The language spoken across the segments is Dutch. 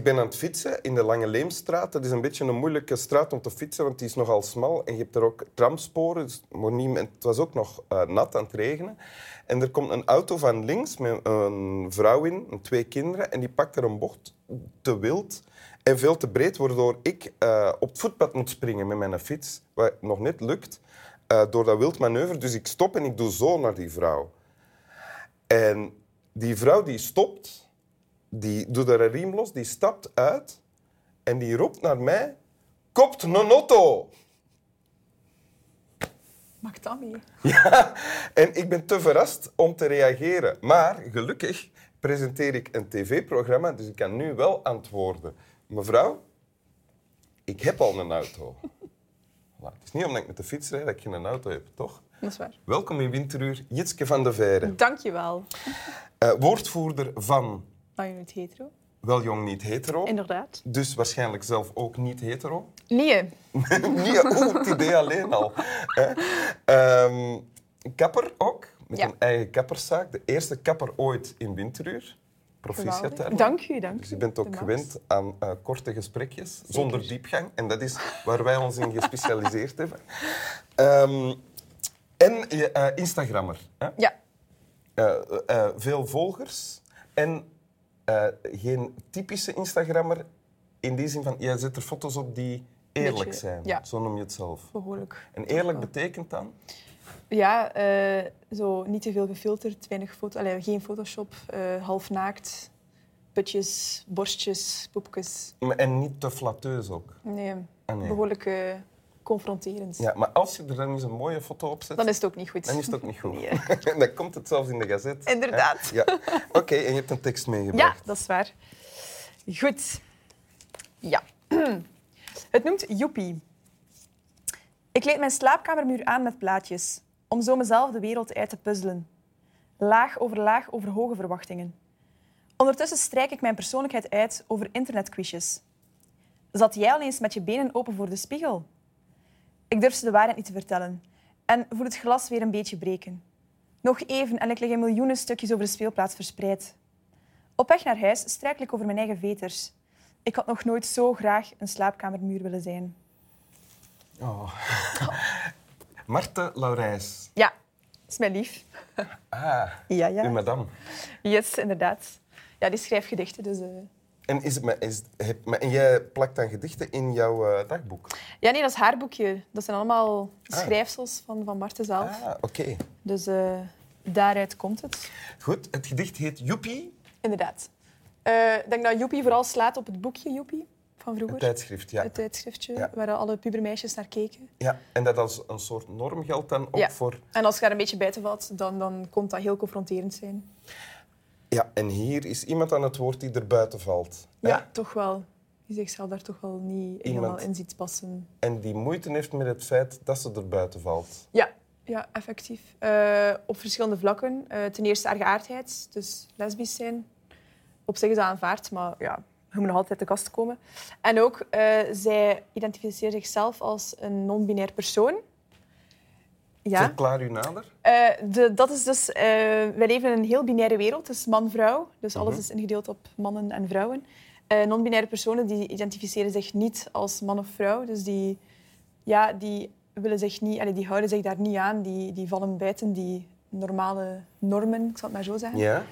ik ben aan het fietsen in de Lange Leemstraat. Dat is een beetje een moeilijke straat om te fietsen, want die is nogal smal. En je hebt er ook tramsporen. Dus het was ook nog nat aan het regenen. En er komt een auto van links met een vrouw in en 2 kinderen. En die pakt er een bocht te wild en veel te breed, waardoor ik op het voetpad moet springen met mijn fiets. Wat nog net lukt, door dat wild manoeuvre. Dus ik stop en ik doe zo naar die vrouw. En die vrouw die stopt, die doet haar riem los, die stapt uit en die roept naar mij: "Kopt een auto!" Mag dat mee? Ja, en ik ben te verrast om te reageren. Maar gelukkig presenteer ik een tv-programma, dus ik kan nu wel antwoorden. Mevrouw, ik heb al een auto. Voilà. Het is niet omdat ik met de fiets rijd dat ik geen auto heb, toch? Dat is waar. Welkom in Winteruur, Jitske van de Veire. Dank je wel. Woordvoerder van Ben je niet hetero? Wel Jong Niet Hetero. Inderdaad. Dus waarschijnlijk zelf ook niet hetero. Nee. Niet het idee alleen al. Kapper ook, met een eigen kapperszaak. De eerste kapper ooit in Winteruur. Proficiat daar. Dank u, dank u. Dus je bent ook gewend aan korte gesprekjes, zonder diepgang. En dat is waar wij ons in gespecialiseerd hebben. En Instagrammer. Hè? Ja. Veel volgers. En geen typische Instagrammer in die zin van... Jij zet er foto's op die eerlijk zijn. Ja. Zo noem je het zelf. Behoorlijk. En eerlijk betekent dan? Ja, zo niet te veel gefilterd, weinig geen Photoshop, half naakt, putjes, borstjes, poepjes. En niet te flatteus ook? Nee, nee. behoorlijk confronterend. Ja, maar als je er dan eens een mooie foto op zet... Dan is het ook niet goed. Dan is het ook niet goed. Nee. Dan komt het zelfs in de gazette. Inderdaad. Ja. Oké, en je hebt een tekst meegebracht. Ja, dat is waar. Goed. Ja. Het noemt Joepie. Ik kleed mijn slaapkamermuur aan met plaatjes, om zo mezelf de wereld uit te puzzelen. Laag over hoge verwachtingen. Ondertussen strijk ik mijn persoonlijkheid uit over internetquizjes. Zat jij al eens met je benen open voor de spiegel? Ik durf ze de waarheid niet te vertellen en voel het glas weer een beetje breken. Nog even en ik lig in miljoenen stukjes over de speelplaats verspreid. Op weg naar huis struikel ik over mijn eigen veters. Ik had nog nooit zo graag een slaapkamermuur willen zijn. Oh. Marthe Laurijs. Ja, dat is mijn lief. Ah, ja. uw madame. Yes, inderdaad. Ja, die schrijft gedichten, dus... En jij plakt dan gedichten in jouw dagboek? Ja, nee, dat is haar boekje. Dat zijn allemaal schrijfsels van Marthe zelf. Ah, oké. Dus daaruit komt het. Goed, het gedicht heet Joepie. Inderdaad. Ik denk dat Joepie vooral slaat op het boekje Joepie van vroeger. Het tijdschrift, ja. Het tijdschriftje, waar alle pubermeisjes naar keken. Ja, en dat als een soort norm geldt dan ook voor... En als je daar een beetje buiten valt, dan komt dat heel confronterend zijn. Ja, en hier is iemand aan het woord die er buiten valt. Ja, toch wel. Die zichzelf daar toch wel niet helemaal in ziet passen. En die moeite heeft met het feit dat ze er buiten valt. Ja, effectief. Op verschillende vlakken. Ten eerste haar geaardheid, dus lesbisch zijn. Op zich is dat aanvaard, maar ja, je moet nog altijd uit de kast komen. En ook, zij identificeert zichzelf als een non-binair persoon. Ja. Verklaar u nader. Dat is dus... wij leven in een heel binaire wereld, dus man-vrouw. Dus alles is ingedeeld op mannen en vrouwen. Non-binaire personen die identificeren zich niet als man of vrouw. Dus die willen zich niet, die houden zich daar niet aan. Die vallen buiten die normale normen, ik zal het maar zo zeggen. Ja.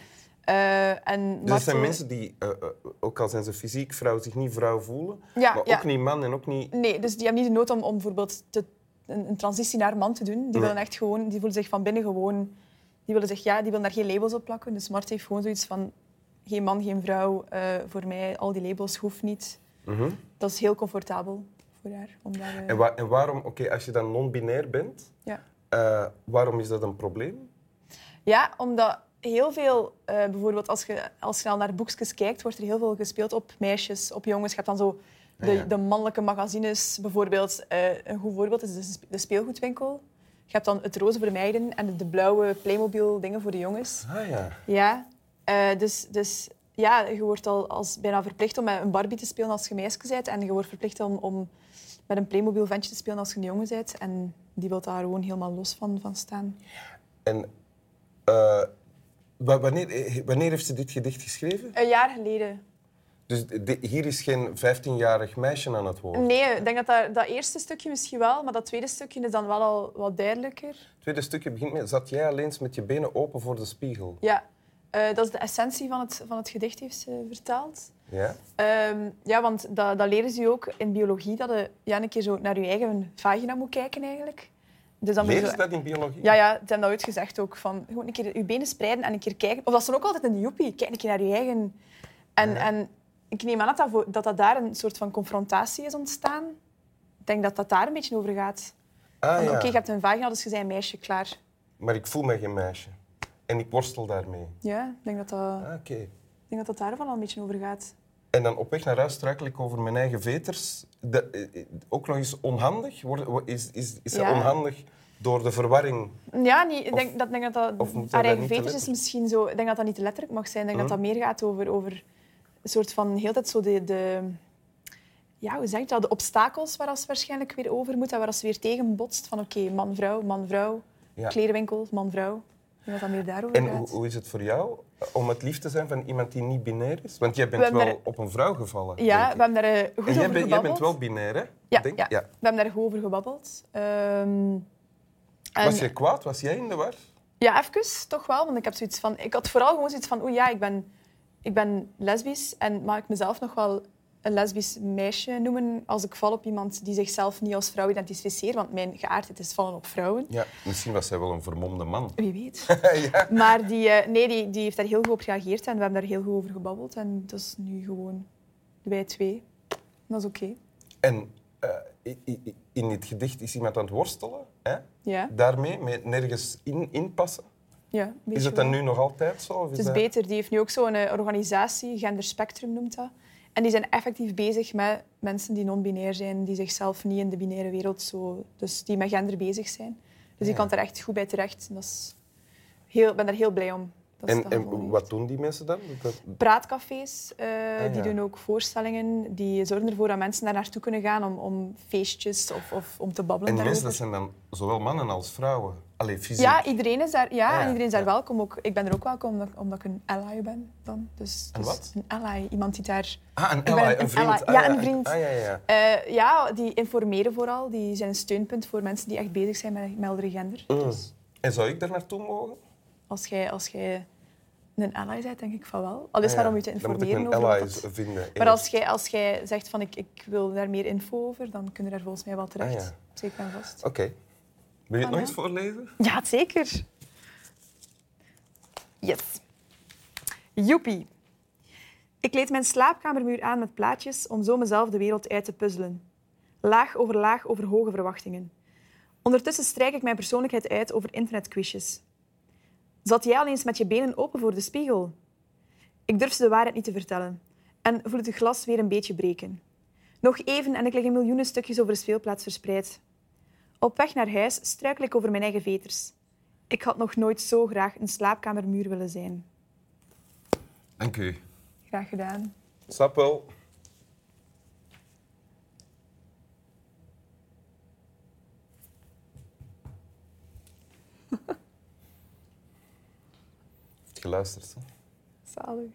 Dus er zijn mensen die, ook al zijn ze fysiek vrouw, zich niet vrouw voelen, maar ook niet man en ook niet... Nee, dus die hebben niet de nood om bijvoorbeeld een transitie naar man te doen. Die willen echt gewoon, die voelen zich van binnen gewoon... Die willen daar geen labels op plakken. Dus Marthe heeft gewoon zoiets van... Geen man, geen vrouw. Voor mij, al die labels hoeft niet. Dat is heel comfortabel voor haar. Om daar, En waarom, als je dan non-binair bent, waarom is dat een probleem? Ja, omdat heel veel... bijvoorbeeld als je al naar boekjes kijkt, wordt er heel veel gespeeld op meisjes, op jongens. Je hebt dan zo de mannelijke magazines. Bijvoorbeeld, een goed voorbeeld is de speelgoedwinkel. Je hebt dan het roze voor de meiden en de blauwe Playmobil-dingen voor de jongens. Ah ja. Ja. Dus je wordt al als bijna verplicht om met een Barbie te spelen als je meisje bent. En je wordt verplicht om met een Playmobil-ventje te spelen als je een jongen bent. En die wil daar gewoon helemaal los van staan. En wanneer heeft ze dit gedicht geschreven? Een jaar geleden. Dus hier is geen 15-jarig meisje aan het woord. Nee, ik denk dat eerste stukje misschien wel, maar dat tweede stukje is dan wel al wat duidelijker. Het tweede stukje begint met... Zat jij alleen met je benen open voor de spiegel? Ja, dat is de essentie van het gedicht, heeft ze vertaald. Ja? Ja, want dat leren ze je ook in biologie, dat je een keer zo naar je eigen vagina moet kijken eigenlijk. Dus dan Leren ze dat in biologie? Ja, ze hebben dat ooit gezegd ook. Van, gewoon een keer je benen spreiden en een keer kijken. Of dat is dan ook altijd in de joepie. Kijk een keer naar je eigen... En ik neem aan dat daar een soort van confrontatie is ontstaan. Ik denk dat daar een beetje over gaat. Ja. Oké, je hebt een vagina, dus je bent een meisje, klaar. Maar ik voel me geen meisje. En ik worstel daarmee. Ja, ik denk Oké. dat daar wel een beetje over gaat. En dan op weg naar huis struikel ik over mijn eigen veters. Ook nog eens onhandig? Is dat onhandig door de verwarring? Ja, ik denk dat Of moet haar dat eigen niet te veters is misschien zo... Ik denk dat dat niet te letterlijk mag zijn. Ik denk dat dat meer gaat over een soort van... Heel tijd zo ja, hoe zeg je dat? De obstakels waar ze waarschijnlijk weer over moet en waar ze weer tegen botst. Van oké, man-vrouw, man-vrouw. Ja. Klerenwinkel, man-vrouw. Ik denk dat dat meer daarover En gaat. hoe is het voor jou om het lief te zijn van iemand die niet binair is? Want jij bent wel op een vrouw gevallen. Ja, denk ik. we hebben daar goed over gebabbeld. Jij bent wel binair, hè? Ja, Denk? ja, we hebben daar goed over gebabbeld. Was je kwaad? Was jij in de war? Ja, even, toch wel. Want ik had vooral gewoon zoiets van... Ik ben lesbisch en mag ik mezelf nog wel een lesbisch meisje noemen als ik val op iemand die zichzelf niet als vrouw identificeert. Want mijn geaardheid is vallen op vrouwen. Ja, misschien was hij wel een vermomde man. Wie weet. Ja. Maar die heeft daar heel goed op gereageerd en we hebben daar heel goed over gebabbeld. En dat is nu gewoon wij twee. Dat is oké. En in dit gedicht is iemand aan het worstelen, hè? Ja. Daarmee, met nergens inpassen. Ja, Is het dan nu nog altijd zo? Of Het is beter. Die heeft nu ook zo'n organisatie, Gender Spectrum noemt dat. En die zijn effectief bezig met mensen die non-binair zijn, die zichzelf niet in de binaire wereld zo... Dus die met gender bezig zijn. Dus die kan er echt goed bij terecht. Dat is ik ben daar heel blij om. En wat doen die mensen dan? Praatcafés, die doen ook voorstellingen. Die zorgen ervoor dat mensen daar naartoe kunnen gaan om feestjes of om te babbelen. En die mensen, daarover. dat zijn dan zowel mannen als vrouwen? Allee, fysiek? Ja, iedereen is daar, en iedereen is daar ja. welkom. Ook, ik ben er ook welkom omdat ik een ally ben. Dan. Dus wat? Een ally, iemand die daar... Een ally, een vriend. Ally. Ja, een vriend. Ja. Die informeren vooral. Die zijn een steunpunt voor mensen die echt bezig zijn met meldere gender. Dus En zou ik daar naartoe mogen? als jij een ally bent, denk ik van wel. Al is maar om je te informeren dan moet ik over een wat ally vinden. Maar als jij zegt van ik wil daar meer info over, dan kun je daar volgens mij wel terecht. Ja. Zeker en vast. Oké. Wil je het nog eens voorlezen? Ja, zeker. Yes. Joepie. Ik kleed mijn slaapkamermuur aan met plaatjes om zo mezelf de wereld uit te puzzelen. Laag over hoge verwachtingen. Ondertussen strijk ik mijn persoonlijkheid uit over internetquizjes. Zat jij al eens met je benen open voor de spiegel? Ik durf ze de waarheid niet te vertellen en voel het glas weer een beetje breken. Nog even en ik lig in miljoenen stukjes over de speelplaats verspreid. Op weg naar huis struikel ik over mijn eigen veters. Ik had nog nooit zo graag een slaapkamermuur willen zijn. Dank u. Graag gedaan. Slap wel. Heeft geluisterd, hè? Zalig.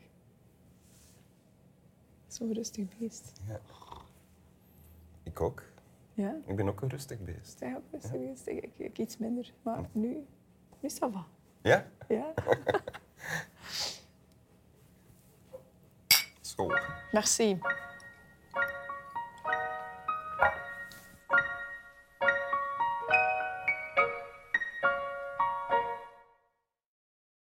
Zo'n rustig beest. Ja. Ik ook. Ja? Ik ben ook een rustig beest. Jij ook rustig beest? Ik iets minder. Maar nu is dat wel. Ja? Ja? School. Merci.